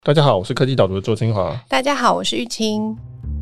大家好，我是科技导读的周清华。 大家好，我是玉清。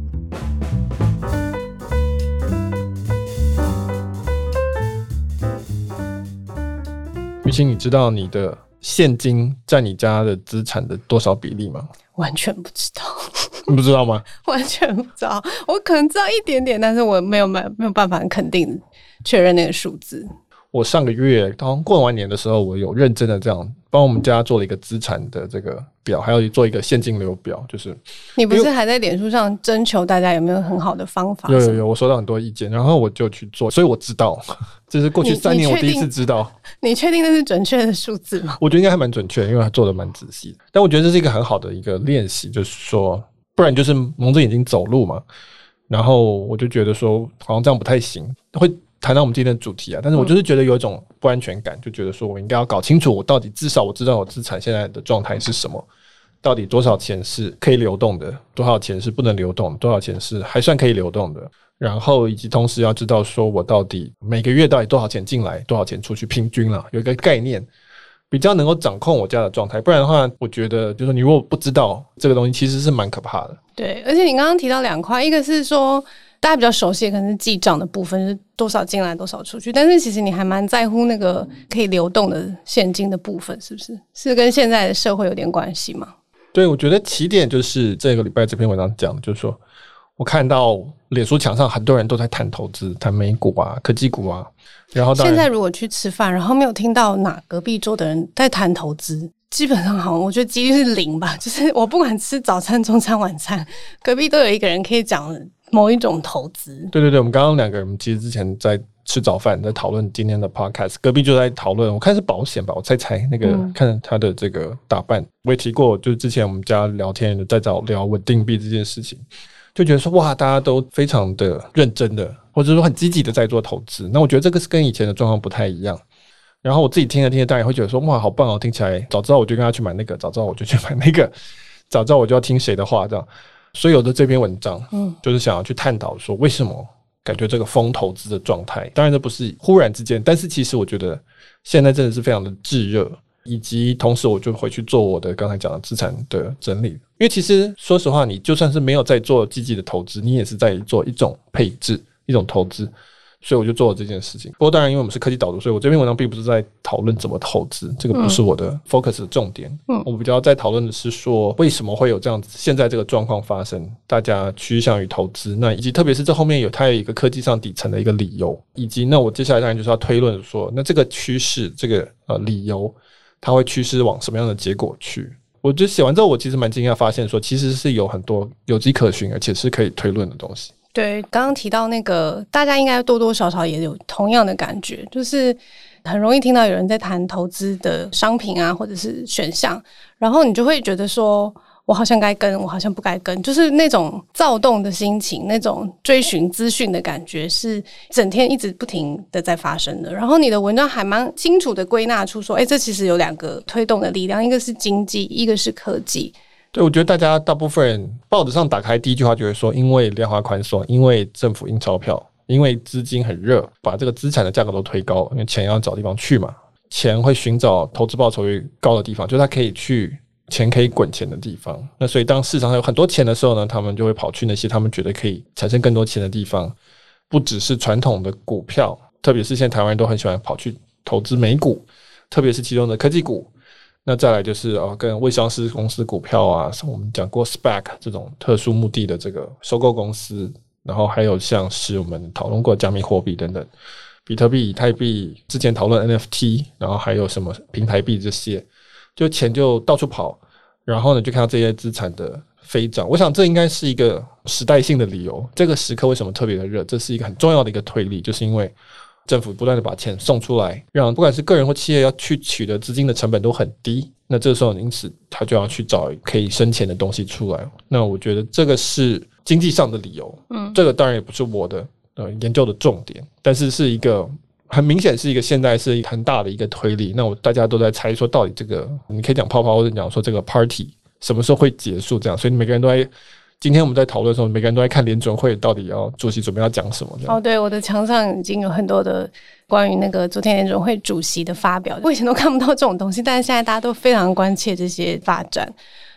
玉清，你知道你的现金占你家的资产的多少比例吗？ 完全不知道。 你不知道吗？ 完全不知道，我可能知道一点点，但是我没有办法很肯定确认那个数字。我上个月当过完年的时候，我有认真的这样帮我们家做了一个资产的这个表，还要做一个现金流表。就是你不是还在脸书上征求大家有没有很好的方法？ 有，我收到很多意见，然后我就去做，所以我知道，这是过去3年我第一次知道。 你确定那是准确的数字吗？ 我觉得应该还蛮准确的，因为他做的蛮仔细的。但我觉得这是一个很好的一个练习，就是说，不然就是蒙着眼睛走路嘛。然后我就觉得说，好像这样不太行，会谈到我们今天的主题啊，但是我就是觉得有一种不安全感，就觉得说我应该要搞清楚，我到底至少我知道我资产现在的状态是什么，到底多少钱是可以流动的，多少钱是不能流动的，多少钱是还算可以流动的，然后以及同时要知道说我到底每个月到底多少钱进来，多少钱出去，平均啦，有一个概念，比较能够掌控我家的状态。不然的话，我觉得就是你如果不知道这个东西，其实是蛮可怕的。 对，而且你刚刚提到2块，一个是说大家比较熟悉的可能是记账的部分，就是多少进来多少出去，但是其实你还蛮在乎那个可以流动的现金的部分，是不是？是跟现在的社会有点关系吗？ 对，我觉得起点就是这个礼拜这篇文章讲的，就是说我看到脸书墙上很多人都在谈投资，谈美股啊、科技股啊，然后现在如果去吃饭，然后没有听到隔壁桌的人在谈投资，基本上好像我觉得几率是0吧。就是我不管吃早餐、中餐、晚餐，隔壁都有一个人可以讲某一种投资。 对，我们刚刚2个人其实之前在吃早饭，在讨论今天的 podcast， 隔壁就在讨论，我看是保险吧，我猜那个看他的这个打扮，我也提过，就是之前我们家聊天在聊稳定币这件事情，就觉得说哇，大家都非常的认真的，或者说很积极的在做投资。那我觉得这个是跟以前的状况不太一样。然后我自己听着当然会觉得说哇，好棒哦，听起来早知道我就跟他去买那个，早知道我就去买那个，早知道我就要听谁的话这样。所以有的这篇文章就是想要去探讨说为什么感觉这个疯投资的状态，当然这不是忽然之间，但是其实我觉得现在真的是非常的炙热，以及同时我就回去做我的刚才讲的资产的整理。因为其实说实话，你就算是没有在做积极的投资，你也是在做一种配置，一种投资，所以我就做了这件事情。不过当然因为我们是科技导读，所以我这篇文章并不是在讨论怎么投资，这个不是我的 focus 的重点。我比较在讨论的是说为什么会有这样子现在这个状况发生，大家趋向于投资，那以及特别是这后面它有一个科技上底层的一个理由，以及那我接下来当然就是要推论说那这个趋势这个理由它会趋势往什么样的结果去。我觉得写完之后我其实蛮惊讶发现说其实是有很多有迹可循而且是可以推论的东西。 对，刚刚提到那个大家应该多多少少也有同样的感觉，就是很容易听到有人在谈投资的商品啊或者是选项，然后你就会觉得说我好像该跟，我好像不该跟，就是那种躁动的心情，那种追寻资讯的感觉是整天一直不停的在发生的。然后你的文章还蛮清楚的归纳出说这其实有2个推动的力量，一个是经济，一个是科技。 对，我觉得大部分人报纸上打开第一句话就会说因为量化宽松，因为政府印钞票，因为资金很热，把这个资产的价格都推高，因为钱要找地方去嘛，钱会寻找投资报酬率高的地方，就是它可以去钱可以滚钱的地方。那所以当市场上有很多钱的时候呢，他们就会跑去那些他们觉得可以产生更多钱的地方，不只是传统的股票，特别是现在台湾人都很喜欢跑去投资美股，特别是其中的科技股。那再来就是跟未上市公司股票啊，我们讲过 SPAC 这种特殊目的的这个收购公司，然后还有像是我们讨论过加密货币等等，比特币、以太币，之前讨论 NFT， 然后还有什么平台币，这些就钱就到处跑，然后呢就看到这些资产的飞涨。我想这应该是一个时代性的理由，这个时刻为什么特别的热，这是一个很重要的一个推力，就是因为政府不断的把钱送出来，让不管是个人或企业要去取得资金的成本都很低，那这时候因此他就要去找可以生钱的东西出来。那我觉得这个是经济上的理由，这个当然也不是我的研究的重点，但是是一个很明显是一个现在是一个很大的一个推力。那大家都在猜说到底这个你可以讲泡泡或者讲说这个 party 什么时候会结束这样，所以每个人都在今天我们在讨论的时候，每个人都在看联准会到底要主席准备要讲什么。 对，我的墙上已经有很多的关于那个昨天联准会主席的发表，我以前都看不到这种东西，但是现在大家都非常关切这些发展。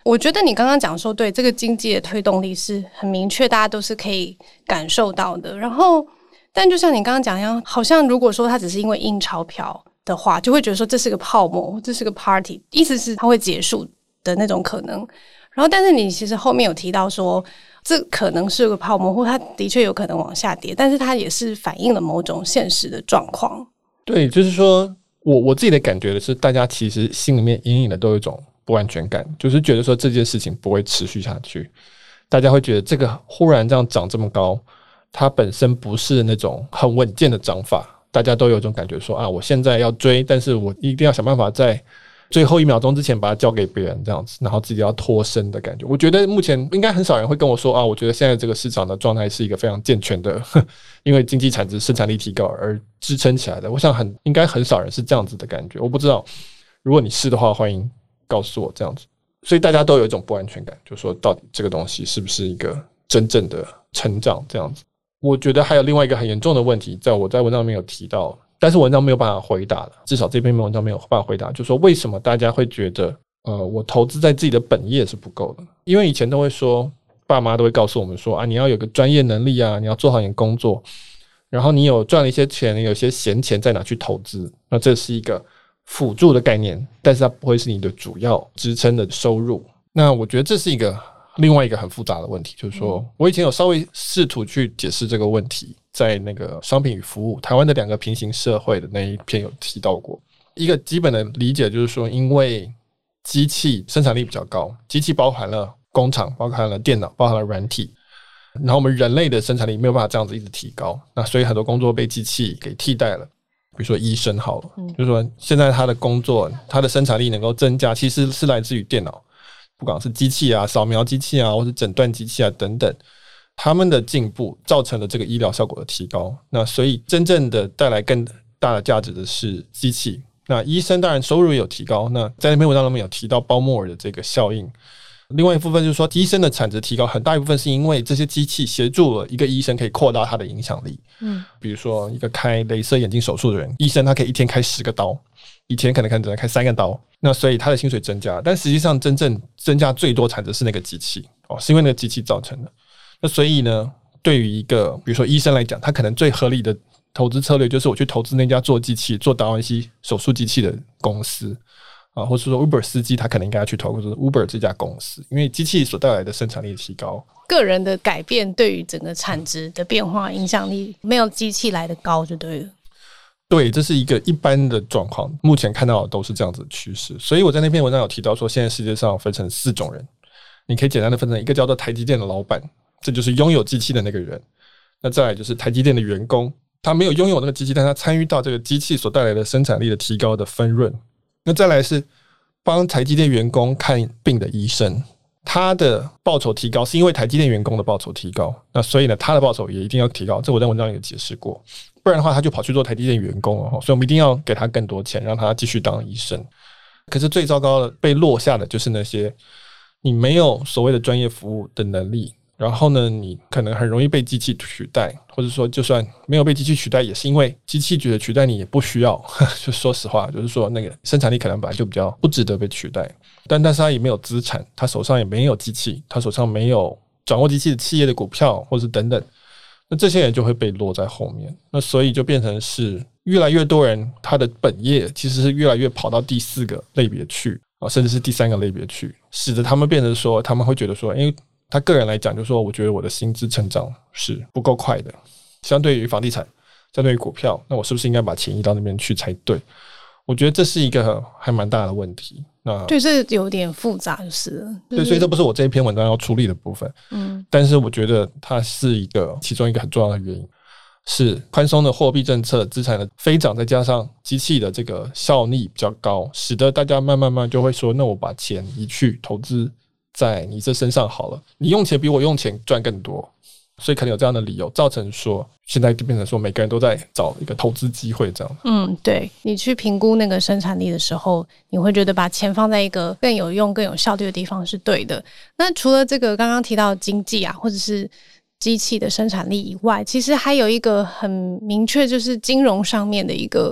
我觉得你刚刚讲说，对这个经济的推动力是很明确，大家都是可以感受到的。然后，但就像你刚刚讲一样，好像如果说它只是因为印钞票的话，就会觉得说这是个泡沫，这是个 party， 意思是它会结束的那种可能。然后，但是你其实后面有提到说，这可能是个泡沫，或它的确有可能往下跌，但是它也是反映了某种现实的状况。 对，就是说我自己的感觉的是，大家其实心里面隐隐的都有一种不安全感，就是觉得说这件事情不会持续下去，大家会觉得这个忽然这样涨这么高，它本身不是那种很稳健的涨法，大家都有一种感觉说啊，我现在要追，但是我一定要想办法在最后1秒钟之前把它交给别人这样子，然后自己要脱身的感觉。我觉得目前应该很少人会跟我说啊，我觉得现在这个市场的状态是一个非常健全的，因为经济产值生产力提高而支撑起来的。我想应该很少人是这样子的感觉，我不知道，如果你是的话，欢迎告诉我这样子。所以大家都有一种不安全感，就是说到底这个东西是不是一个真正的成长这样子。我觉得还有另外一个很严重的问题，我在文章里面有提到，但是文章没有办法回答了，至少这篇文章没有办法回答，就是说为什么大家会觉得我投资在自己的本业是不够的。因为以前都会说，爸妈都会告诉我们说啊，你要有个专业能力啊，你要做好你的工作，然后你有赚了一些钱，你有些闲钱再拿去投资，那这是一个辅助的概念，但是它不会是你的主要支撑的收入。那我觉得这是另外一个很复杂的问题，就是说我以前有稍微试图去解释这个问题，在那个商品与服务台湾的2个平行社会的那一篇有提到过。一个基本的理解就是说，因为机器生产力比较高，机器包含了工厂，包含了电脑，包含了软体，然后我们人类的生产力没有办法这样子一直提高，那所以很多工作被机器给替代了。比如说医生好了，就是说现在他的工作，他的生产力能够增加，其实是来自于电脑，不管是机器啊、扫描机器啊，或是诊断机器啊等等，他们的进步造成了这个医疗效果的提高。那所以真正的带来更大的价值的是机器。那医生当然收入也有提高，那在那篇文章里面有提到鲍莫尔的这个效应。另外一部分就是说，医生的产值提高很大一部分是因为这些机器协助了一个医生可以扩大他的影响力。比如说一个开雷射眼睛手术的人，医生他可以一天开10个刀，以前可能只能开3个刀，那所以他的薪水增加，但实际上真正增加最多产值是那个机器，是因为那个机器造成的。那所以呢，对于一个比如说医生来讲，他可能最合理的投资策略就是我去投资那家做机器、做达文西手术机器的公司。或者说 Uber 司机他可能应该要去投资 Uber 这家公司，因为机器所带来的生产力提高， 个人的改变对于整个产值的变化影响力没有机器来的高就对了。 对，这是一个一般的状况，目前看到的都是这样子的趋势。所以我在那篇文章有提到说，现在世界上分成4种人，你可以简单的分成一个叫做台积电的老板，这就是拥有机器的那个人。那再来就是台积电的员工，他没有拥有那个机器，但他参与到这个机器所带来的生产力的提高的分润。那再来是帮台积电员工看病的医生，他的报酬提高是因为台积电员工的报酬提高，那所以呢，他的报酬也一定要提高，这我在文章里有解释过，不然的话他就跑去做台积电员工了，所以我们一定要给他更多钱，让他继续当医生。可是最糟糕的被落下的就是那些你没有所谓的专业服务的能力，然后呢，你可能很容易被机器取代，或者说就算没有被机器取代，也是因为机器觉得取代你也不需要。就说实话，就是说那个生产力可能本来就比较不值得被取代，但是他也没有资产，他手上也没有机器，他手上没有掌握机器的企业的股票，或是等等，那这些人就会被落在后面。那所以就变成是越来越多人他的本业其实是越来越跑到第4个类别去，甚至是第3个类别去，使得他们变成说他们会觉得说，因为他个人来讲，就是说我觉得我的薪资成长是不够快的，相对于房地产，相对于股票，那我是不是应该把钱移到那边去才对？我觉得这是一个还蛮大的问题。那对，这有点复杂就是了。 对，所以这不是我这一篇文章要处理的部分。但是我觉得它是其中一个很重要的原因，是宽松的货币政策、资产的飞涨，再加上机器的这个效率比较高，使得大家慢慢就会说，那我把钱移去投资在你这身上好了，你用钱比我用钱赚更多，所以可能有这样的理由，造成说现在就变成说每个人都在找一个投资机会这样。 对，你去评估那个生产力的时候，你会觉得把钱放在一个更有用、更有效率的地方是对的。那除了这个刚刚提到的经济啊，或者是机器的生产力以外，其实还有一个很明确，就是金融上面的一个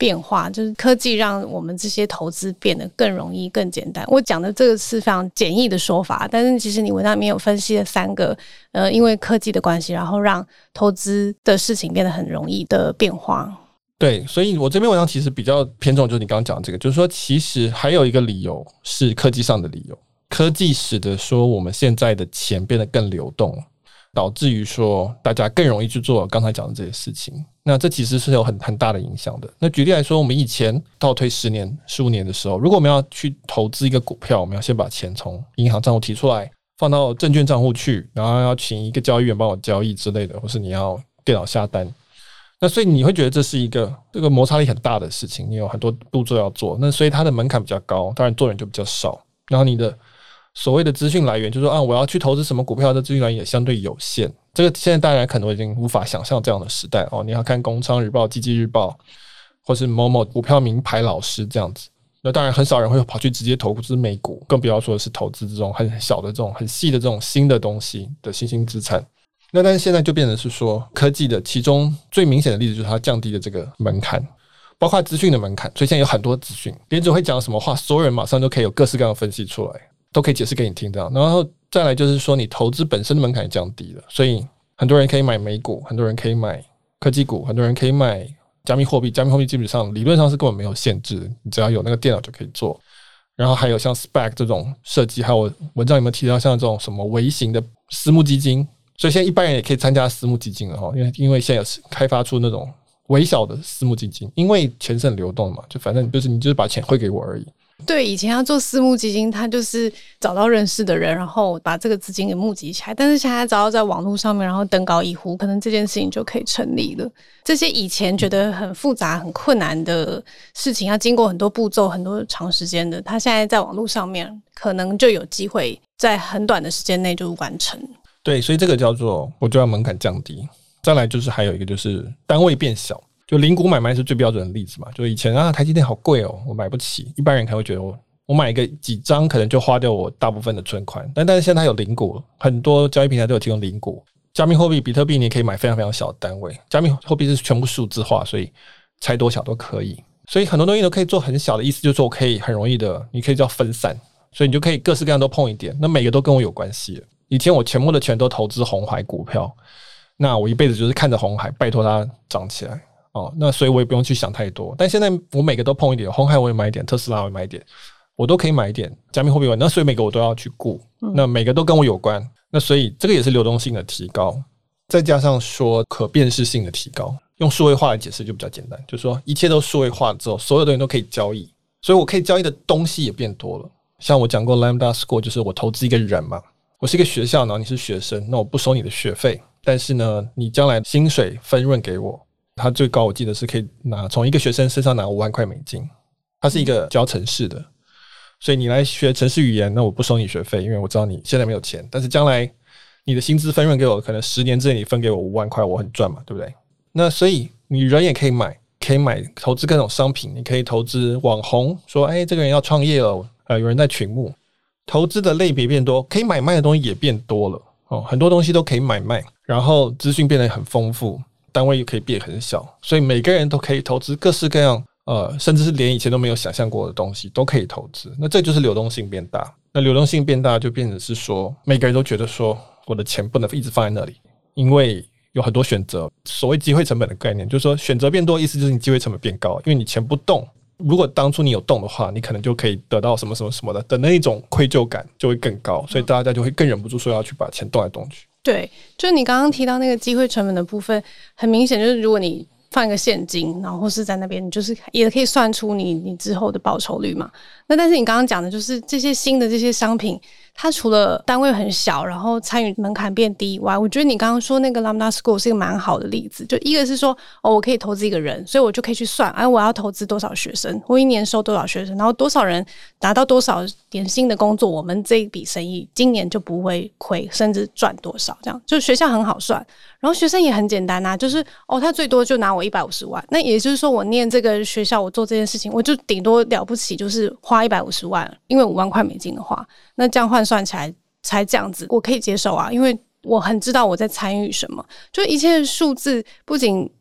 变化，就是科技让我们这些投资变得更容易更简单。我讲的这个是非常简易的说法，但是其实你文章里面有分析了3个因为科技的关系，然后让投资的事情变得很容易的变化。 对，所以我这篇文章其实比较偏重就是你刚刚讲的这个，就是说其实还有一个理由是科技上的理由，科技使得说我们现在的钱变得更流动，导致于说大家更容易去做刚才讲的这些事情，那这其实是有很大的影响的。那举例来说，我们以前倒推10年15年的时候，如果我们要去投资一个股票，我们要先把钱从银行账户提出来放到证券账户去，然后要请一个交易员帮我交易之类的，或是你要电脑下单，那所以你会觉得这是一个这个摩擦力很大的事情，你有很多步骤要做，那所以它的门槛比较高，当然做人就比较少，然后你的所谓的资讯来源就是说我要去投资什么股票的资讯来源也相对有限，这个现在大家可能已经无法想象这样的时代你要看工商日报、经济日报或是某某股票名牌老师这样子，那当然很少人会跑去直接投资美股，更不要说是投资这种很小的这种很细的这种新的东西的新兴资产。那但是现在就变成是说科技的其中最明显的例子就是它降低了这个门槛，包括资讯的门槛，所以现在有很多资讯，联准会讲什么话，所有人马上都可以有各式各样的分析出来，都可以解释给你听这样。然后再来就是说你投资本身的门槛也降低了，所以很多人可以买美股，很多人可以买科技股，很多人可以买加密货币，加密货币基本上理论上是根本没有限制的，你只要有那个电脑就可以做。然后还有像 SPAC 这种设计，还有我文章有没有提到像这种什么微型的私募基金，所以现在一般人也可以参加私募基金了因为现在有开发出那种微小的私募基金，因为钱是很流动的嘛，就反正你就是把钱汇给我而已。 对，以前要做私募基金，他就是找到认识的人，然后把这个资金给募集起来。但是现在只要在网络上面，然后登高一呼，可能这件事情就可以成立了。这些以前觉得很复杂、很困难的事情，要经过很多步骤、很多长时间的，他现在在网络上面，可能就有机会在很短的时间内就完成。 对，所以这个叫做我就要门槛降低。再来就是还有一个就是单位变小。就零股买卖是最标准的例子嘛，就以前台积电好贵我买不起，一般人可能会觉得我买个几张可能就花掉我大部分的存款，但是现在它有零股，很多交易平台都有提供零股。加密货币比特币你也可以买非常非常小的单位，加密货币是全部数字化，所以拆多小都可以，所以很多东西都可以做很小的，意思就是说我可以很容易的，你可以叫分散，所以你就可以各式各样都碰一点，那每个都跟我有关系了。以前我全部的钱都投资鸿海股票，那我一辈子就是看着鸿海拜托它涨起来那所以我也不用去想太多，但现在我每个都碰一点，鸿海我也买一点，特斯拉我也买一点，我都可以买一点，加密货币那所以每个我都要去顾，那每个都跟我有关，那所以这个也是流动性的提高，再加上说可辨识性的提高，用数位化来解释就比较简单，就是说一切都数位化之后，所有的人都可以交易，所以我可以交易的东西也变多了。像我讲过 Lambda School 就是我投资一个人嘛，我是一个学校，然后你是学生，那我不收你的学费，但是呢你将来薪水分润给我，他最高我记得是可以从一个学生身上拿5万块美金，他是一个教程式的，所以你来学程式语言，那我不收你学费，因为我知道你现在没有钱，但是将来你的薪资分润给我，可能10年之内你分给我5万块，我很赚嘛，对不对？那所以你人也可以买投资各种商品，你可以投资网红，说这个人要创业了，有人在群募，投资的类别变多，可以买卖的东西也变多了很多东西都可以买卖，然后资讯变得很丰富，单位也可以变很小，所以每个人都可以投资各式各样甚至是连以前都没有想象过的东西都可以投资，那这就是流动性变大。那流动性变大就变成是说每个人都觉得说我的钱不能一直放在那里，因为有很多选择，所谓机会成本的概念就是说选择变多，意思就是你机会成本变高，因为你钱不动，如果当初你有动的话，你可能就可以得到什么什么什么的那一种愧疚感就会更高，所以大家就会更忍不住说要去把钱动来动去。 对，就是你刚刚提到那个机会成本的部分，很明显就是如果你放一个现金，然后或是在那边，你就是也可以算出你之后的报酬率嘛。那但是你刚刚讲的就是这些新的这些商品，它除了单位很小，然后参与门槛变低以外，我觉得你刚刚说那个 Lambda School 是一个蛮好的例子。就一个是说我可以投资一个人，所以我就可以去算我要投资多少学生，我一年收多少学生，然后多少人达到多少点薪的工作，我们这一笔生意今年就不会亏，甚至赚多少，这样就学校很好算，然后学生也很简单就是他最多就拿我150万，那也就是说我念这个学校，我做这件事情，我就顶多了不起就是花150万，因为5万块美金的话，那这样换算起来才这样子，我可以接受因为我很知道我在参与什么，就一切数字不仅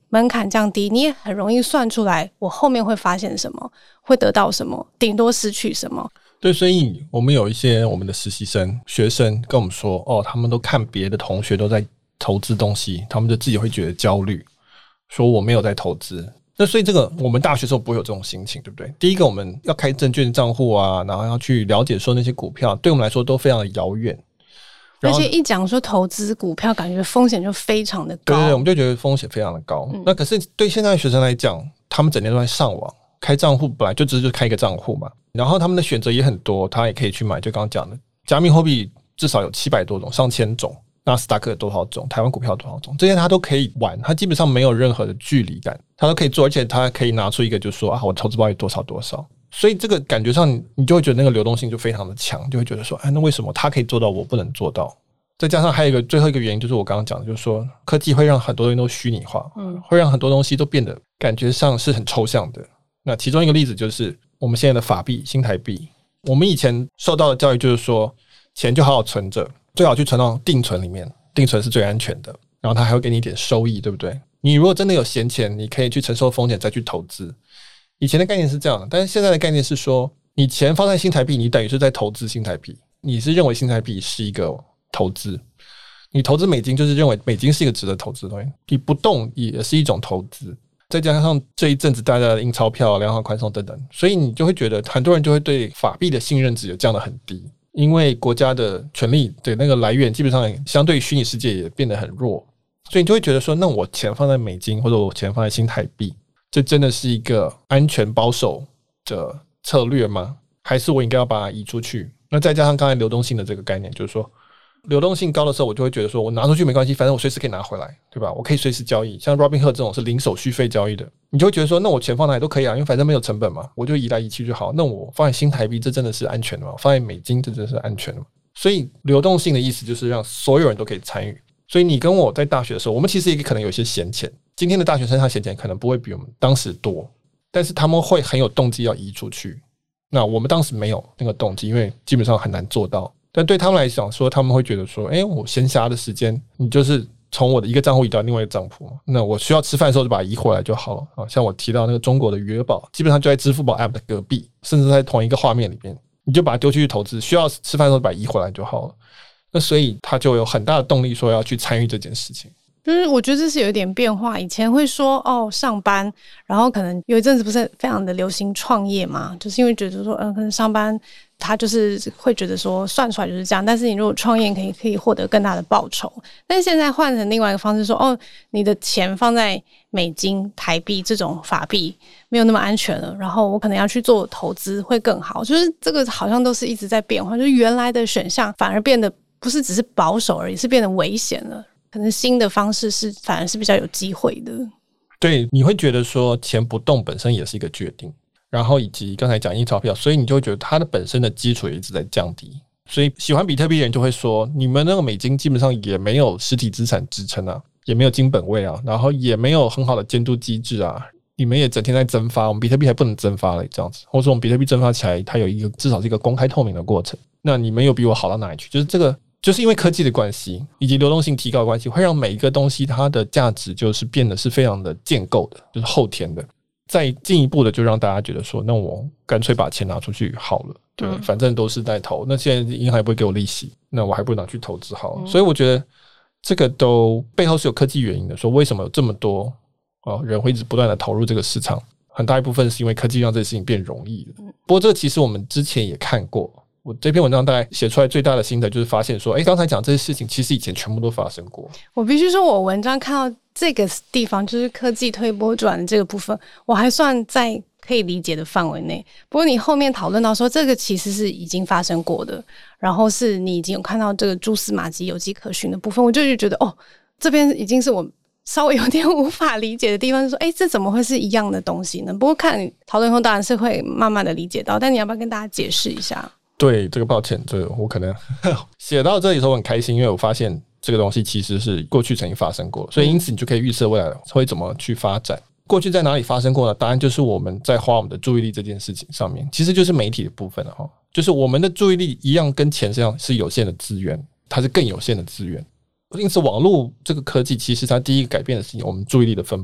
门槛降低，你也很容易算出来我后面会发现什么，会得到什么，顶多失去什么。 对，所以我们有一些我们的实习生、学生跟我们说，他们都看别的同学都在投资东西，他们就自己会觉得焦虑，说我没有在投资。那所以这个我们大学时候不会有这种心情，对不对？第一个我们要开证券账户啊，然后要去了解说那些股票，对我们来说都非常的遥远。 而且一讲说投资股票，感觉风险就非常的高。 对，我们就觉得风险非常的高。那可是对现在的学生来讲，他们整天都在上网开账户，本来就只是开一个账户嘛。然后他们的选择也很多，他也可以去买，就刚刚讲的加密货币至少有700多种、上千种，纳斯达克有多少种，台湾股票有多少种，这些他都可以玩，他基本上没有任何的距离感，他都可以做，而且他可以拿出一个就说我投资报率多少多少。所以这个感觉上你就会觉得那个流动性就非常的强，就会觉得说那为什么他可以做到我不能做到。再加上还有一个最后一个原因，就是我刚刚讲的，就是说科技会让很多东西都虚拟化，会让很多东西都变得感觉上是很抽象的。那其中一个例子就是我们现在的法币新台币，我们以前受到的教育就是说钱就好好存着，最好去存到定存里面，定存是最安全的，然后它还会给你一点收益，对不对？你如果真的有闲钱，你可以去承受风险再去投资。以前的概念是这样的，但是现在的概念是说你钱放在新台币，你等于是在投资新台币，你是认为新台币是一个投资，你投资美金就是认为美金是一个值得投资的东西，你不动也是一种投资。再加上这一阵子大家的印钞票、量化宽松等等，所以你就会觉得很多人就会对法币的信任值有降得很低，因为国家的权力的那个来源基本上相对于虚拟世界也变得很弱，所以你就会觉得说，那我钱放在美金或者我钱放在新台币，这真的是一个安全保守的策略吗？还是我应该要把它移出去？那再加上刚才流动性的这个概念，就是说流动性高的时候，我就会觉得说我拿出去没关系，反正我随时可以拿回来，对吧？我可以随时交易，像 Robinhood 这种是零手续费交易的，你就会觉得说那我钱放哪里都可以啊，因为反正没有成本嘛，我就移来移去就好。那我放在新台币，这真的是安全的吗？放在美金，这真的是安全的吗？所以流动性的意思就是让所有人都可以参与。所以你跟我在大学的时候，我们其实也可能有些闲钱，今天的大学生他闲钱可能不会比我们当时多，但是他们会很有动机要移出去。那我们当时没有那个动机，因为基本上很难做到。但对他们来讲说，他们会觉得说我闲暇的时间你就是从我的一个账户移到另外一个账户，那我需要吃饭的时候就把它移回来就好了。像我提到那个中国的余额宝，基本上就在支付宝 App 的隔壁，甚至在同一个画面里面，你就把它丢去投资，需要吃饭的时候把它移回来就好了。那所以他就有很大的动力说要去参与这件事情。 就是我觉得这是有一点变化，以前会说上班，然后可能有一阵子不是非常的流行创业嘛，就是因为觉得说可能上班他就是会觉得说算出来就是这样，但是你如果创业可以获得更大的报酬。但是现在换成另外一个方式说你的钱放在美金、台币这种法币没有那么安全了，然后我可能要去做投资会更好，就是这个好像都是一直在变化，就是原来的选项反而变得不是只是保守而已，是变得危险了，可能新的方式是反而是比较有机会的。 对，你会觉得说钱不动本身也是一个决定，然后以及刚才讲印钞票，所以你就会觉得它的本身的基础也一直在降低。所以喜欢比特币的人就会说，你们那个美金基本上也没有实体资产支撑啊，也没有金本位啊，然后也没有很好的监督机制啊，你们也整天在增发，我们比特币还不能增发了这样子，或者说我们比特币增发起来它有一个至少是一个公开透明的过程，那你们有比我好到哪里去？就是这个就是因为科技的关系以及流动性提高的关系，会让每一个东西它的价值就是变得是非常的建构的，就是后天的。再进一步的就让大家觉得说，那我干脆把钱拿出去好了，对，反正都是在投，那现在银行也不会给我利息，那我还不如拿去投资好了。所以我觉得这个都背后是有科技原因的，说为什么有这么多人会一直不断的投入这个市场，很大一部分是因为科技让这个事情变容易了。不过这个其实我们之前也看过，我这篇文章大概写出来最大的心得就是发现说，刚才讲这些事情其实以前全部都发生过。 我必须说我文章看到这个地方，就是科技推波助澜的这个部分，我还算在可以理解的范围内。不过你后面讨论到说这个其实是已经发生过的，然后是你已经有看到这个蛛丝马迹有迹可循的部分，我就觉得这边已经是我稍微有点无法理解的地方，就是说这怎么会是一样的东西呢？不过看你讨论后当然是会慢慢的理解到，但你要不要跟大家解释一下？ 对，这个抱歉，这个我可能写到这里的时候很开心，因为我发现这个东西其实是过去曾经发生过，所以因此你就可以预测未来会怎么去发展。过去在哪里发生过呢？答案就是我们在花我们的注意力这件事情上面，其实就是媒体的部分了，就是我们的注意力一样跟钱这样是有限的资源，它是更有限的资源。因此网络这个科技其实它第一个改变的是我们注意力的分配，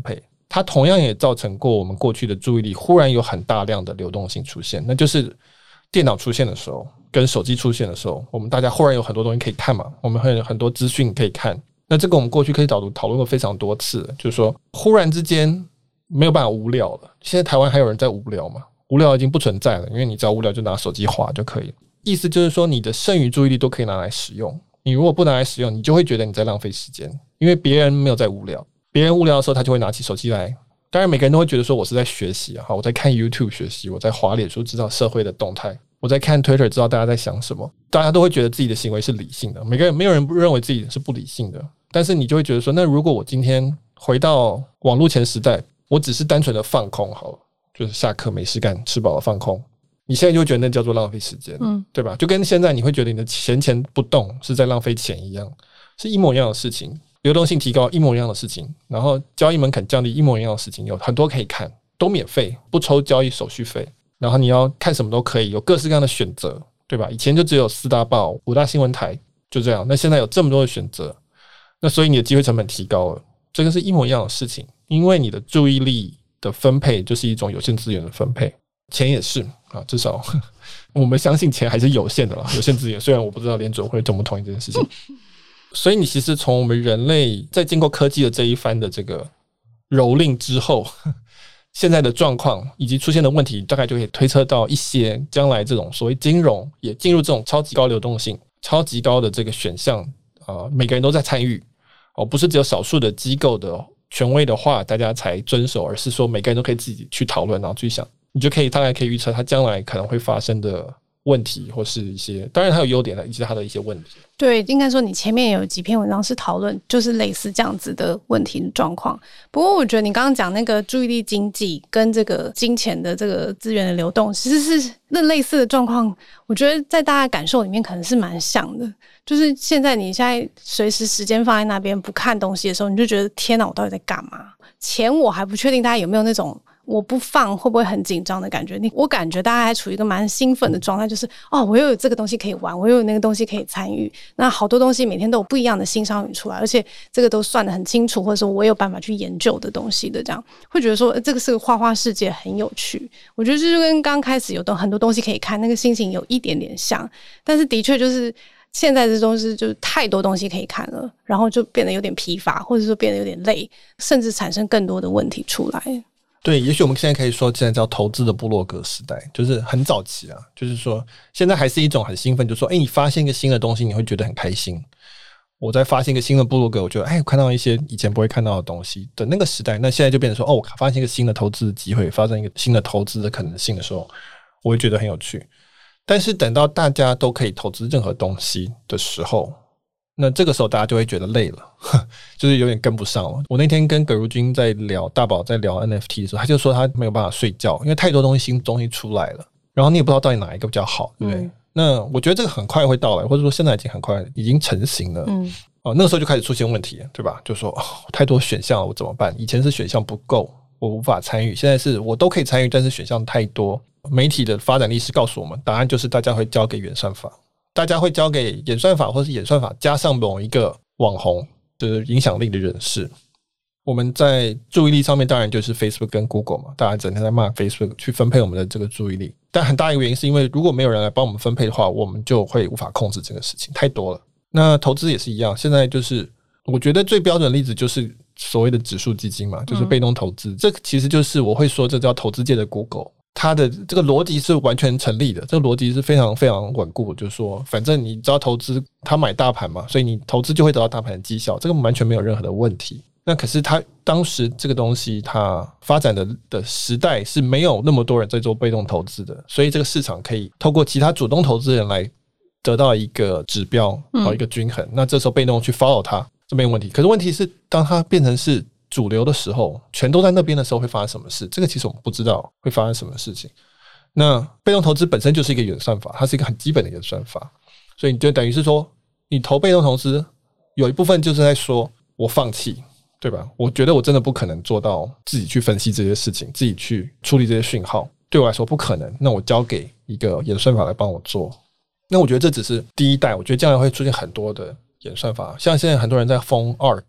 它同样也造成过我们过去的注意力忽然有很大量的流动性出现，那就是电脑出现的时候跟手机出现的时候，我们大家忽然有很多东西可以看嘛，我们会有很多资讯可以看。那这个我们过去可以讨论过非常多次了，就是说忽然之间没有办法无聊了。现在台湾还有人在无聊吗？无聊已经不存在了，因为你只要无聊就拿手机滑就可以了。意思就是说你的剩余注意力都可以拿来使用，你如果不拿来使用，你就会觉得你在浪费时间，因为别人没有在无聊，别人无聊的时候他就会拿起手机来。当然每个人都会觉得说我是在学习我在看 YouTube 学习，我在滑脸书知道社会的动态，我在看 Twitter 知道大家在想什么，大家都会觉得自己的行为是理性的，每个人没有人认为自己是不理性的。但是你就会觉得说，那如果我今天回到网络前时代，我只是单纯的放空好了，就是下课没事干，吃饱了放空，你现在就会觉得那叫做浪费时间，对吧？就跟现在你会觉得你的钱不动是在浪费钱一样，是一模一样的事情。流动性提高一模一样的事情，然后交易门槛降低一模一样的事情，有很多可以看，都免费，不抽交易手续费，然后你要看什么都可以，有各式各样的选择，对吧？以前就只有4大报、5大新闻台，就这样。那现在有这么多的选择，那所以你的机会成本提高了，这个是一模一样的事情，因为你的注意力的分配就是一种有限资源的分配，钱也是至少我们相信钱还是有限的啦，有限资源。虽然我不知道联准会同不同意这件事情。所以你其实从我们人类在经过科技的这一番的这个蹂躏之后，现在的状况以及出现的问题，大概就可以推测到一些将来这种所谓金融也进入这种超级高流动性、超级高的这个选项每个人都在参与不是只有少数的机构的权威的话大家才遵守，而是说每个人都可以自己去讨论，然后去想，你就可以大概可以预测它将来可能会发生的问题，或是一些当然它有优点以及它的一些问题。 对，应该说你前面有几篇文章是讨论就是类似这样子的问题的状况。不过我觉得你刚刚讲那个注意力经济跟这个金钱的这个资源的流动，其实是那类似的状况，我觉得在大家感受里面可能是蛮像的。就是现在你现在随时时间放在那边不看东西的时候，你就觉得天哪，我到底在干嘛？钱我还不确定大家有没有那种我不放会不会很紧张的感觉。我感觉大家还处于一个蛮兴奋的状态，就是我又有这个东西可以玩，我又有那个东西可以参与，那好多东西每天都有不一样的新商品出来，而且这个都算得很清楚，或者说我有办法去研究的东西的，这样会觉得说这个是个花花世界，很有趣。我觉得这就跟刚开始有很多东西可以看那个心情有一点点像，但是的确就是现在这东西就是太多东西可以看了，然后就变得有点疲乏，或者说变得有点累，甚至产生更多的问题出来。 对，也许我们现在可以说现在叫投资的部落格时代，就是很早期就是说现在还是一种很兴奋，就是说你发现一个新的东西你会觉得很开心，我在发现一个新的部落格，我觉得我看到一些以前不会看到的东西的那个时代。那现在就变成说我发现一个新的投资的机会，发生一个新的投资的可能性的时候，我会觉得很有趣。但是等到大家都可以投资任何东西的时候，那这个时候大家就会觉得累了，就是有点跟不上了。我那天跟葛如君在聊，大宝在聊 NFT 的时候，他就说他没有办法睡觉，因为太多东西新东西出来了，然后你也不知道到底哪一个比较好，对不对？那我觉得这个很快会到来，或者说现在已经很快已经成型了。那个时候就开始出现问题了，对吧？就说太多选项了，我怎么办？以前是选项不够，我无法参与，现在是我都可以参与，但是选项太多。媒体的发展历史告诉我们，答案就是大家会交给演算法，大家会交给演算法，或是演算法加上某一个网红的影响力的人士。我们在注意力上面当然就是 Facebook 跟 Google 嘛，大家整天在骂 Facebook 去分配我们的这个注意力，但很大一个原因是因为如果没有人来帮我们分配的话，我们就会无法控制这个事情，太多了。那投资也是一样，现在就是我觉得最标准的例子就是所谓的指数基金嘛，就是被动投资，这其实就是我会说这叫投资界的 Google， 它的这个逻辑是完全成立的，这个逻辑是非常非常稳固，就是说反正你只要投资，他买大盘嘛，所以你投资就会得到大盘的绩效，这个完全没有任何的问题。那可是他当时这个东西它发展的时代是没有那么多人在做被动投资的，所以这个市场可以透过其他主动投资人来得到一个指标和一个均衡，那这时候被动去 follow 它，这没有问题。可是问题是当它变成是主流的时候，全都在那边的时候会发生什么事，这个其实我们不知道会发生什么事情。那被动投资本身就是一个演算法，它是一个很基本的演算法，所以你就等于是说你投被动投资有一部分就是在说我放弃，对吧？我觉得我真的不可能做到自己去分析这些事情，自己去处理这些讯号，对我来说不可能，那我交给一个演算法来帮我做。那我觉得这只是第一代，我觉得将来会出现很多的演算法，像现在很多人在封 ARK，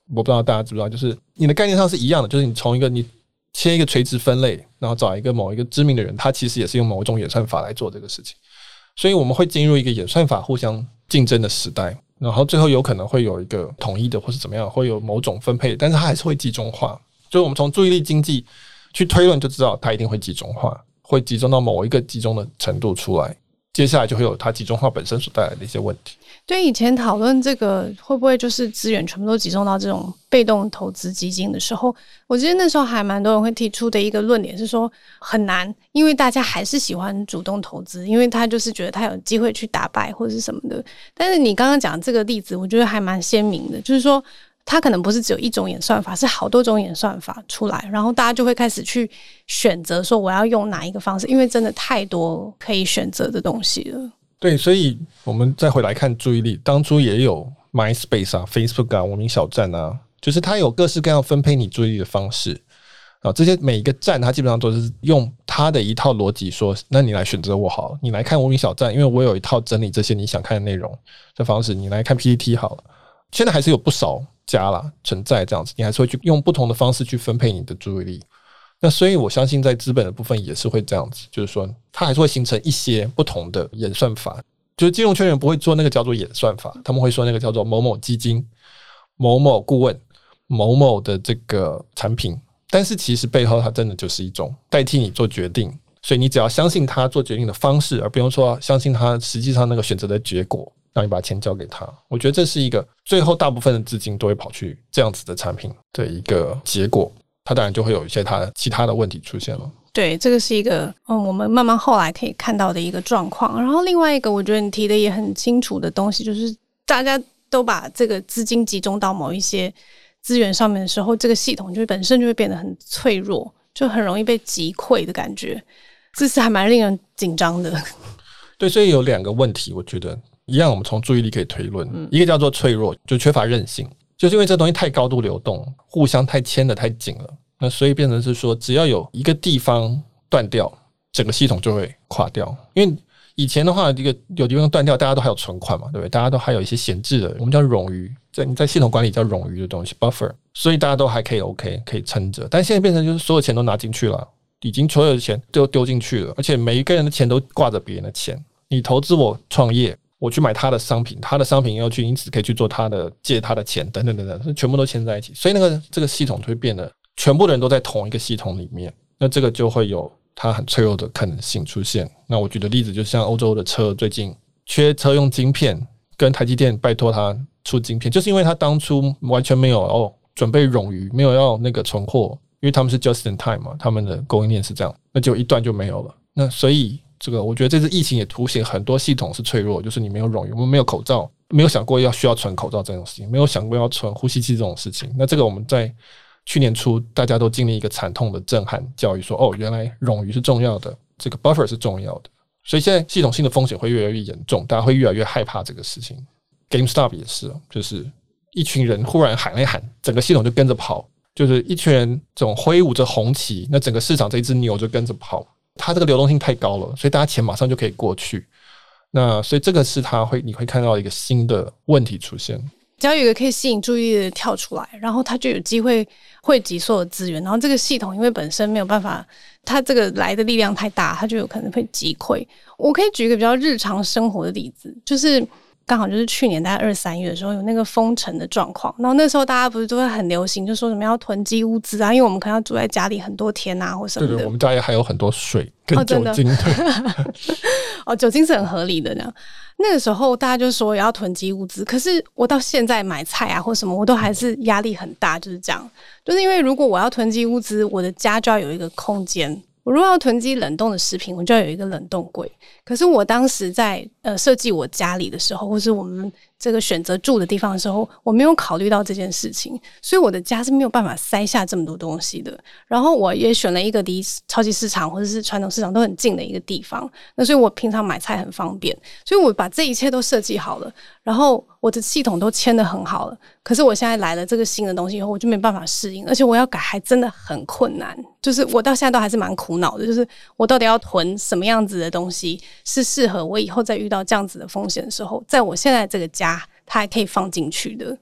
我不知道大家知不知道，就是你的概念上是一样的，就是你从你切一个垂直分类，然后找某一个知名的人，他其实也是用某种演算法来做这个事情，所以我们会进入一个演算法互相竞争的时代，然后最后有可能会有一个统一的或是怎么样，会有某种分配，但是它还是会集中化。就是我们从注意力经济去推论就知道它一定会集中化，会集中到某一个集中的程度出来，接下来就会有它集中化本身所带来的一些问题。 对，以前讨论这个会不会就是资源全部都集中到这种被动投资基金的时候，我记得那时候还蛮多人会提出的一个论点是说很难，因为大家还是喜欢主动投资，因为他就是觉得他有机会去打败或者是什么的。但是你刚刚讲这个例子我觉得还蛮鲜明的，就是说它可能不是只有一种演算法，是好多种演算法出来，然后大家就会开始去选择说我要用哪一个方式，因为真的太多可以选择的东西了。 对，所以我们再回来看注意力，当初也有 MySpace 啊 Facebook 啊无名小站啊，就是它有各式各样分配你注意力的方式啊，这些每一个站它基本上都是用它的一套逻辑说，那你来选择我好了，你来看无名小站，因为我有一套整理这些你想看的内容的方式，你来看 PTT 好了。现在还是有不少家啦存在这样子，你还是会去用不同的方式去分配你的注意力。那所以我相信在资本的部分也是会这样子，就是说它还是会形成一些不同的演算法，就是金融圈人不会做那个叫做演算法，他们会说那个叫做某某基金、某某顾问、某某的这个产品，但是其实背后它真的就是一种代替你做决定，所以你只要相信他做决定的方式，而不用说相信他实际上那个选择的结果，让你把钱交给他。我觉得这是一个最后大部分的资金都会跑去这样子的产品的一个结果，它当然就会有一些它其他的问题出现了。 对，这个是一个我们慢慢后来可以看到的一个状况。然后另外一个我觉得你提的也很清楚的东西，就是大家都把这个资金集中到某一些资源上面的时候，这个系统就本身就会变得很脆弱，就很容易被击溃的感觉，这是还蛮令人紧张的。 对，所以有两个问题，我觉得一样，我们从注意力可以推论，一个叫做脆弱，就缺乏韧性，就是因为这东西太高度流动，互相太牵得太紧了，那所以变成是说，只要有一个地方断掉，整个系统就会垮掉。因为以前的话，有地方断掉，大家都还有存款嘛，对不对？大家都还有一些闲置的，我们叫冗余，你在系统管理叫冗余的东西 buffer， 所以大家都还可以 OK， 可以撑着。但现在变成就是所有钱都拿进去了，已经所有的钱都丢进去了，而且每一个人的钱都挂着别人的钱。你投资我创业，我去买他的商品，他的商品要去，因此可以去做他的借他的钱等等等等，全部都牵在一起，所以这个系统就会变得全部的人都在同一个系统里面，那这个就会有它很脆弱的可能性出现。那我举的例子就像欧洲的车最近缺车用晶片，跟台积电拜托他出晶片，就是因为他当初完全没有准备冗余，没有要那个存货，因为他们是 just in time 嘛，他们的供应链是这样，那就一段就没有了。那所以这个我觉得这次疫情也凸显很多系统是脆弱，就是你没有冗余，我们没有口罩，没有想过需要存口罩这种事情，没有想过要存呼吸器这种事情。那这个我们在去年初大家都经历一个惨痛的震撼教育，说原来冗余是重要的，这个 buffer 是重要的，所以现在系统性的风险会越来越严重，大家会越来越害怕这个事情。 GameStop 也是，就是一群人忽然喊了一喊，整个系统就跟着跑，就是一群人这种挥舞着红旗，那整个市场这一只牛就跟着跑，它这个流动性太高了，所以大家钱马上就可以过去。那所以这个是你会看到一个新的问题出现， 只要有一个可以吸引注意力的跳出来，然后它就有机会汇集所有资源，然后这个系统因为本身没有办法，它这个来的力量太大，它就有可能会击溃。我可以举一个比较日常生活的例子，就是刚好就是去年大概2、3月的时候有那个封城的状况，然后那时候大家不是都会很流行，就说什么要囤积物资啊，因为我们可能要住在家里很多天啊或什么的。 对，我们家也还有很多水跟酒精。 酒精是很合理的这样。那个时候大家就说也要囤积物资，可是我到现在买菜啊或什么我都还是压力很大，就是这样，就是因为如果我要囤积物资，我的家就要有一个空间，我如果要囤积冷冻的食品，我就要有一个冷冻柜。可是我当时在设计我家里的时候，或是我们这个选择住的地方的时候，我没有考虑到这件事情，所以我的家是没有办法塞下这么多东西的。然后我也选了一个离超级市场或者是传统市场都很近的一个地方，那所以我平常买菜很方便，所以我把这一切都设计好了，然后我的系统都牵得很好了。可是我现在来了这个新的东西以后，我就没办法适应，而且我要改还真的很困难，就是我到现在都还是蛮苦恼的，就是我到底要囤什么样子的东西是适合我以后再遇到这样子的风险的时候，在我现在这个家它还可以放进去的。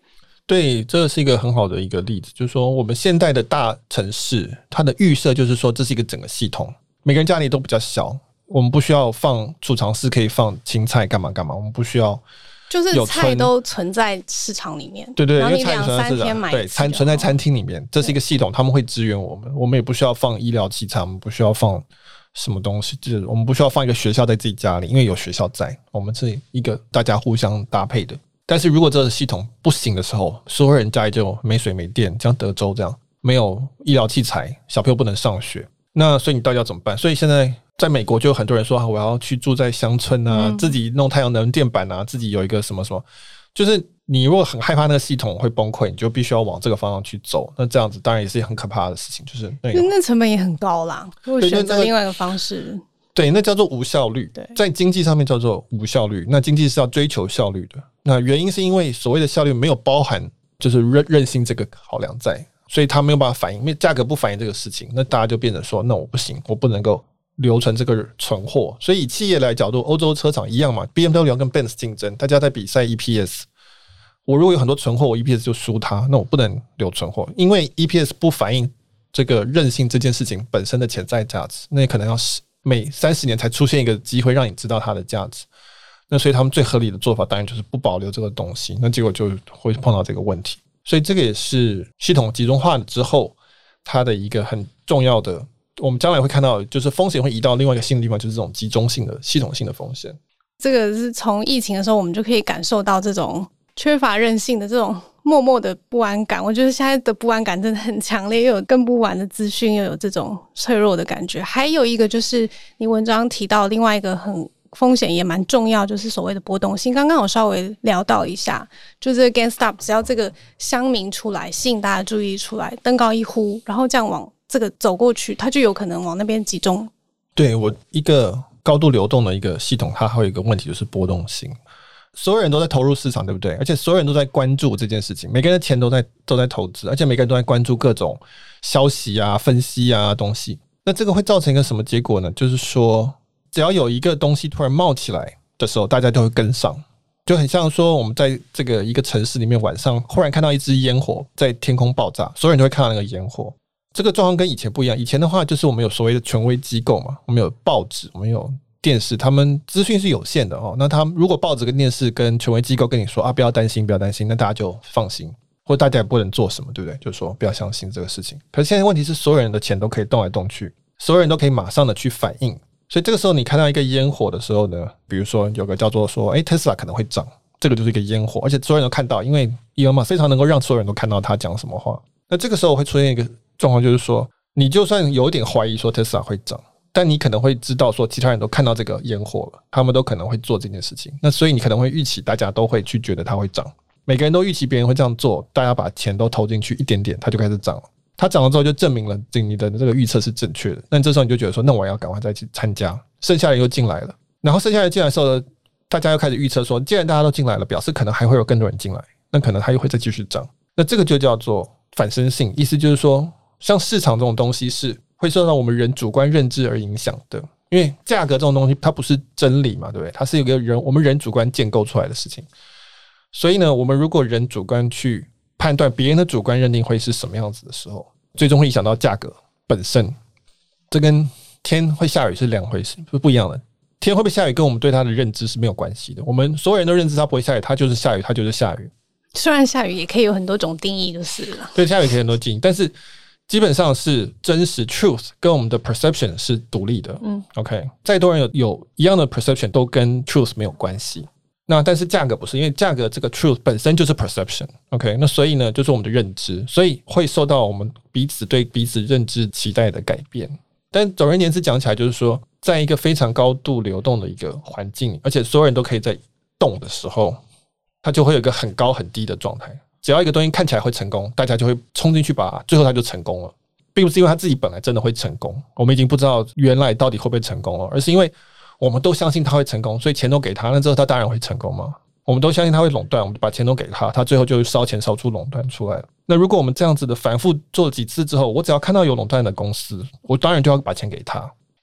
对，这是一个很好的一个例子，就是说我们现代的大城市，它的预设就是说这是一个整个系统，每个人家里都比较小，我们不需要放储藏室可以放青菜干嘛干嘛，我们不需要。 就是菜都存在市场里面， 对对， 然后你因为菜存在市场，对，存在餐厅里面，这是一个系统，他们会支援我们，我们也不需要放医疗器材，我们不需要放什么东西，就是我们不需要放一个学校在自己家里，因为有学校在，我们是一个大家互相搭配的。但是如果这个系统不行的时候，所有人家里就没水没电，像德州这样没有医疗器材，小朋友不能上学，那所以你到底要怎么办？所以现在在美国就有很多人说我要去住在乡村啊，自己弄太阳能电板啊，自己有一个什么什么，就是你如果很害怕那个系统会崩溃，你就必须要往这个方向去走。那这样子当然也是很可怕的事情，就是那成本也很高啦。如果选择另外一个方式， 对，那叫做无效率。在经济上面叫做无效率。那经济是要追求效率的。那原因是因为所谓的效率没有包含就是韧性这个考量在，所以它没有办法反映，因为价格不反映这个事情，那大家就变成说，那我不行，我不能够留存这个存货。所以以企业来角度，欧洲车厂一样嘛 ，BMW 要跟 Benz 竞争，大家在比赛 EPS。我如果有很多存货，我 EPS 就输它，那我不能留存货，因为 EPS 不反映这个韧性这件事情本身的潜在价值，那可能要每30年才出现一个机会让你知道它的价值。那所以他们最合理的做法当然就是不保留这个东西，那结果就会碰到这个问题。所以这个也是系统集中化之后它的一个很重要的，我们将来会看到，就是风险会移到另外一个新的地方，就是这种集中性的系统性的风险。 这个是从疫情的时候我们就可以感受到这种缺乏韧性的这种默默的不安感。我觉得现在的不安感真的很强烈，又有跟不完的资讯，又有这种脆弱的感觉。还有一个就是你文章提到另外一个很风险也蛮重要，就是所谓的波动性。刚刚我稍微聊到一下，就这个 GameStop 只要这个乡民出来吸引大家注意出来，登高一呼，然后这样往这个走过去，它就有可能往那边集中。 对，我一个高度流动的一个系统，它还有一个问题就是波动性。所有人都在投入市场，对不对？而且所有人都在关注这件事情，每个人的钱都在投资，而且每个人都在关注各种消息啊、分析啊东西。那这个会造成一个什么结果呢？就是说只要有一个东西突然冒起来的时候，大家都会跟上，就很像说我们在这个一个城市里面晚上忽然看到一支烟火在天空爆炸，所有人都会看到那个烟火。这个状况跟以前不一样，以前的话就是我们有所谓的权威机构嘛，我们有报纸，我们有电视，他们资讯是有限的哦。那他们如果报纸跟电视跟权威机构跟你说啊，不要担心，不要担心，那大家就放心，或者大家也不能做什么，对不对？就是说不要相信这个事情。可是现在问题是，所有人的钱都可以动来动去，所有人都可以马上的去反应。所以这个时候你看到一个烟火的时候呢，比如说有个叫做说Tesla 可能会涨，这个就是一个烟火，而且所有人都看到，因为 Elon Musk 非常能够让所有人都看到他讲什么话。那这个时候会出现一个状况，就是说你就算有点怀疑说 Tesla 会涨，但你可能会知道说其他人都看到这个烟火了，他们都可能会做这件事情，那所以你可能会预期大家都会去觉得它会涨，每个人都预期别人会这样做，大家把钱都投进去一点点，它就开始涨了。它涨了之后就证明了你的这个预测是正确的，那这时候你就觉得说那我要赶快再去参加，剩下人又进来了，然后剩下人进来的时候大家又开始预测说既然大家都进来了，表示可能还会有更多人进来，那可能它又会再继续涨，那这个就叫做反身性，意思就是说像市场这种东西是会受到我们人主观认知而影响的，因为价格这种东西它不是真理嘛，对不对？它是有个人我们人主观建构出来的事情，所以呢我们如果人主观去判断别人的主观认定会是什么样子的时候，最终会影响到价格本身。这跟天会下雨是两回事，是不一样的。天会不会下雨跟我们对它的认知是没有关系的，我们所有人都认知它不会下雨，它就是下雨，它就是下雨。 虽然下雨也可以有很多种定义就是了， 对，下雨可以有很多定义，但是基本上是真实 truth 跟我们的 perception 是独立的。OK， 再多人有一样的 perception 都跟 truth 没有关系。那但是价格不是，因为价格这个 truth 本身就是 perception。OK， 那所以呢，就是我们的认知，所以会受到我们彼此对彼此认知期待的改变。但总而言之讲起来，就是说，在一个非常高度流动的一个环境，而且所有人都可以在动的时候，它就会有一个很高很低的状态。只要一个东西看起来会成功，大家就会冲进去把，最后它就成功了，并不是因为它自己本来真的会成功，我们已经不知道原来到底会不会成功了，而是因为我们都相信它会成功，所以钱都给他，那之后他当然会成功嘛。我们都相信他会垄断，我们就把钱都给他，他最后就烧钱烧出垄断出来了。那如果我们这样子的反复做了几次之后，我只要看到有垄断的公司，我当然就要把钱给他，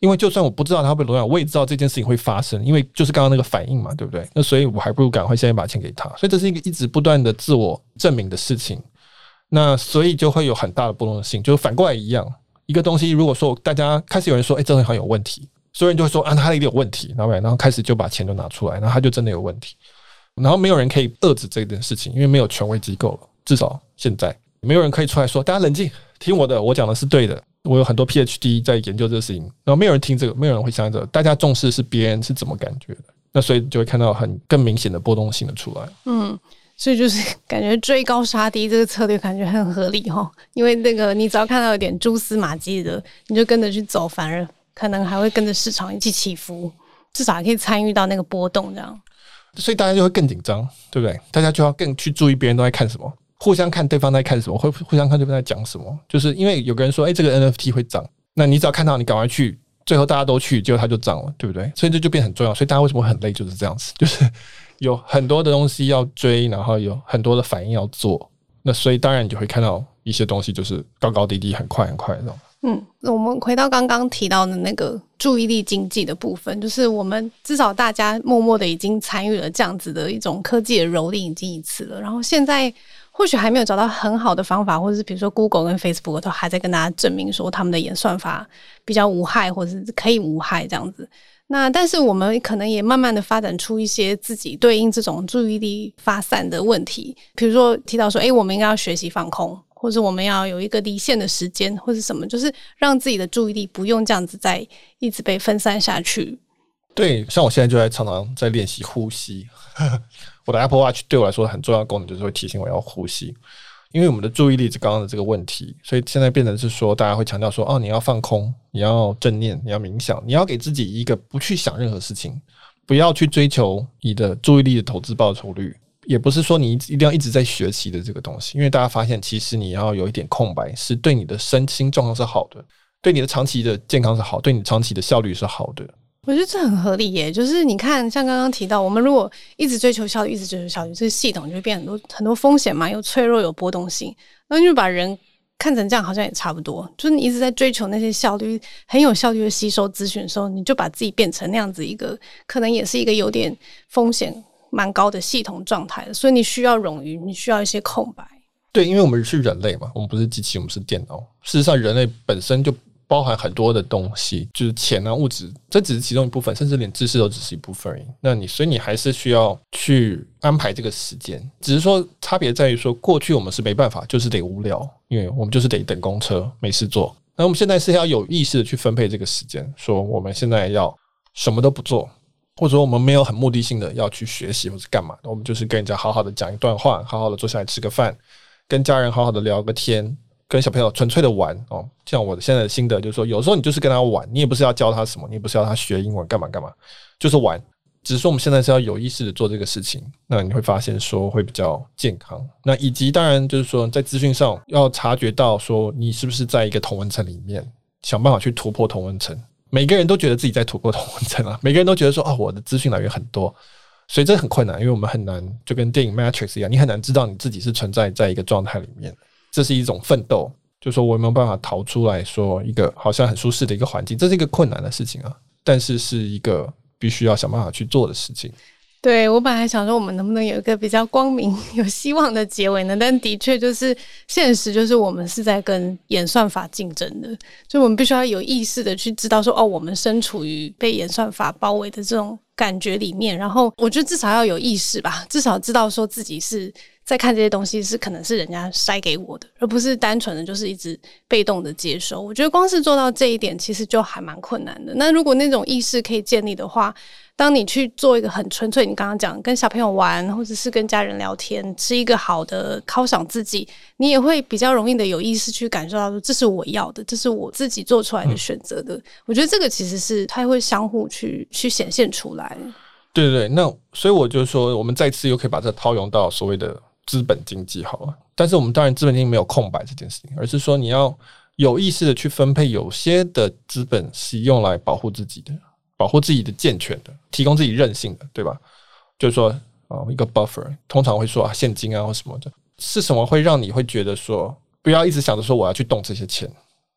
因为就算我不知道它会不会裸泳，我也知道这件事情会发生，因为就是刚刚那个反应嘛，对不对？那所以我还不如赶快现在把钱给他，所以这是一个一直不断的自我证明的事情。那所以就会有很大的波动性，就反过来一样，一个东西如果说大家开始有人说，这东西好像有问题，所有人就会说他一定有问题，然后开始就把钱就拿出来，然后他就真的有问题，然后没有人可以遏制这件事情，因为没有权威机构了，至少现在没有人可以出来说大家冷静，听我的，我讲的是对的。我有很多 PhD 在研究这个事情，然后没有人听这个，没有人会相信这个，大家重视是别人是怎么感觉的，那所以就会看到更明显的波动性的出来。 所以就是感觉追高杀低这个策略感觉很合理齁，因为那个你只要看到有点蛛丝马迹的，你就跟着去走，反而可能还会跟着市场一起起伏，至少还可以参与到那个波动这样。 所以大家就会更紧张，对不对？大家就要更去注意别人都在看什么，互相看对方在看什么，会互相看对方在讲什么。就是因为有个人说这个 NFT 会涨，那你只要看到你赶快去，最后大家都去，结果它就涨了，对不对？所以这就变很重要。所以大家为什么会很累就是这样子，就是有很多的东西要追，然后有很多的反应要做，那所以当然你就会看到一些东西就是高高低低，很快很快这种。 我们回到刚刚提到的那个注意力经济的部分，就是我们至少大家默默的已经参与了这样子的一种科技的蹂躏已经一次了，然后现在或许还没有找到很好的方法，或者是比如说 Google 跟 Facebook 都还在跟大家证明说他们的演算法比较无害，或者是可以无害这样子。那但是我们可能也慢慢的发展出一些自己对应这种注意力发散的问题，比如说提到说我们应该要学习放空，或者我们要有一个离线的时间，或是什么，就是让自己的注意力不用这样子再一直被分散下去。 对，像我现在就常常在练习呼吸我的 Apple Watch 对我来说很重要的功能就是会提醒我要呼吸，因为我们的注意力是刚刚的这个问题，所以现在变成是说大家会强调说你要放空，你要正念，你要冥想，你要给自己一个不去想任何事情，不要去追求你的注意力的投资报酬率，也不是说你一定要一直在学习的这个东西，因为大家发现其实你要有一点空白是对你的身心状况是好的，对你的长期的健康是好，对你长期的效率是好的。 我觉得这很合理耶，就是你看像刚刚提到我们如果一直追求效率，一直追求效率，这个系统就会变很多风险嘛，有脆弱有波动性，那你就把人看成这样好像也差不多，就是你一直在追求那些效率，很有效率的吸收资讯的时候，你就把自己变成那样子一个可能也是一个有点风险蛮高的系统状态的，所以你需要冗余，你需要一些空白。 对，因为我们是人类嘛，我们不是机器，我们是电脑。事实上人类本身就包含很多的东西，就是钱啊物质，这只是其中一部分，甚至连知识都只是一部分而已。那所以你还是需要去安排这个时间，只是说差别在于说过去我们是没办法，就是得无聊，因为我们就是得等公车没事做。那我们现在是要有意识的去分配这个时间，说我们现在要什么都不做，或者说我们没有很目的性的要去学习或是干嘛的，我们就是跟人家好好的讲一段话，好好的坐下来吃个饭，跟家人好好的聊个天，跟小朋友纯粹的玩像我现在的心得就是说，有时候你就是跟他玩，你也不是要教他什么，你也不是要他学英文干嘛干嘛，就是玩。只是说我们现在是要有意识的做这个事情，那你会发现说会比较健康。那以及当然就是说在资讯上要察觉到说你是不是在一个同温层里面，想办法去突破同温层。每个人都觉得自己在突破同温层啊，每个人都觉得说我的资讯来源很多，所以这很困难，因为我们很难就跟电影 Matrix 一样，你很难知道你自己是存在在一个状态里面，这是一种奋斗，就是说我有没有办法逃出来说一个好像很舒适的一个环境，这是一个困难的事情啊，但是是一个必须要想办法去做的事情。 对，我本来想说我们能不能有一个比较光明有希望的结尾呢，但的确就是现实就是我们是在跟演算法竞争的，就我们必须要有意识的去知道说我们身处于被演算法包围的这种感觉里面，然后我觉得至少要有意识吧，至少知道说自己是在看这些东西是可能是人家塞给我的，而不是单纯的就是一直被动的接收。我觉得光是做到这一点其实就还蛮困难的。那如果那种意识可以建立的话，当你去做一个很纯粹，你刚刚讲跟小朋友玩，或者是跟家人聊天，吃一个好的犒赏自己，你也会比较容易的有意识去感受到说这是我要的，这是我自己做出来的选择的。我觉得这个其实是它会相互去显现出来。 对对对，那所以我就说我们再次又可以把这套用到所谓的资本经济好了，但是我们当然资本经济没有空白这件事情，而是说你要有意识的去分配，有些的资本是用来保护自己的，保护自己的健全的，提供自己韧性的，对吧？就是说一个 buffer， 通常会说现金啊或什么的，是什么会让你会觉得说不要一直想着说我要去动这些钱，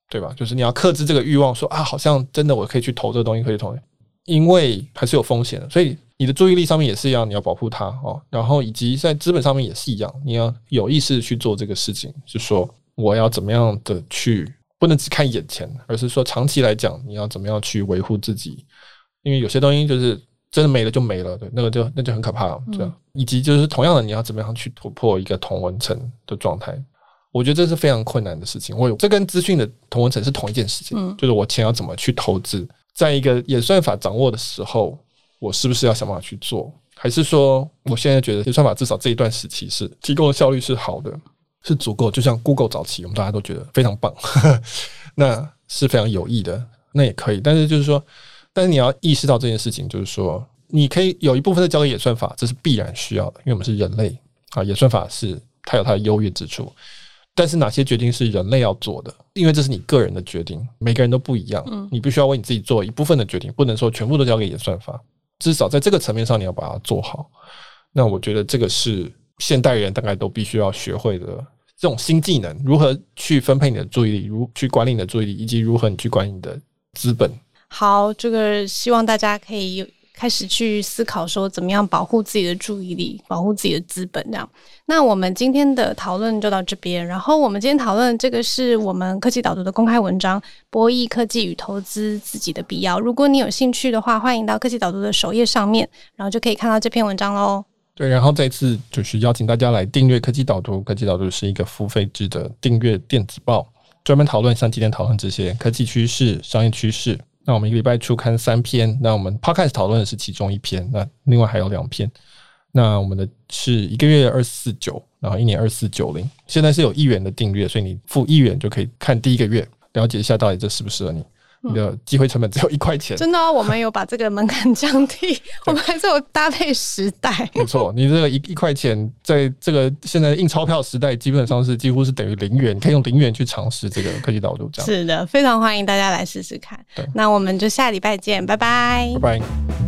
对吧？就是你要克制这个欲望，说啊，好像真的我可以去投这个东西，可以投，因为还是有风险的，所以你的注意力上面也是一样，你要保护它哦。然后以及在资本上面也是一样，你要有意识的去做这个事情，是说我要怎么样的去，不能只看眼前，而是说长期来讲，你要怎么样去维护自己，因为有些东西就是真的没了就没了，对，那就很可怕，这样。以及就是同样的，你要怎么样去突破一个同温层的状态。我觉得这是非常困难的事情。这跟资讯的同温层是同一件事情，就是我钱要怎么去投资，在一个演算法掌握的时候，我是不是要想办法去做？还是说，我现在觉得演算法至少这一段时期是提供的效率是好的，是足够。就像 Google 早期，我们大家都觉得非常棒，那是非常有益的，那也可以。但是就是说，但是你要意识到这件事情，就是说，你可以有一部分的交给演算法，这是必然需要的，因为我们是人类啊，演算法是它有它的优越之处。但是哪些决定是人类要做的？因为这是你个人的决定，每个人都不一样，你必须要为你自己做一部分的决定，不能说全部都交给演算法。至少在这个层面上，你要把它做好。那我觉得这个是现代人大概都必须要学会的这种新技能：如何去分配你的注意力，如去管理你的注意力，以及如何你去管理你的资本。 好，这个希望大家可以开始去思考说怎么样保护自己的注意力，保护自己的资本这样。那我们今天的讨论就到这边，然后我们今天讨论这个是我们科技导读的公开文章，博弈科技与投资自己的必要。如果你有兴趣的话，欢迎到科技导读的首页上面，然后就可以看到这篇文章咯。 对，然后再次就是邀请大家来订阅科技导读。科技导读是一个付费制的订阅电子报，专门讨论像今天讨论这些科技趋势、商业趋势。那我们一个礼拜出刊3篇，那我们 Podcast 讨论的是其中1篇，那另外还有2篇。那我们的是1个月24.9，然后1年24.90。现在是有1元的订阅，所以你付1元就可以看第1个月，了解一下到底这适不适合你。你的机会成本只有1块钱， 真的哦，我们有把这个门槛降低，我们还是有搭配时代。 没错，你这个1块钱，在这个现在印钞票时代，基本上是几乎是等于0元，你可以用0元去尝试这个科技导读，这样是的，非常欢迎大家来试试看。那我们就下礼拜见，拜拜， 拜拜。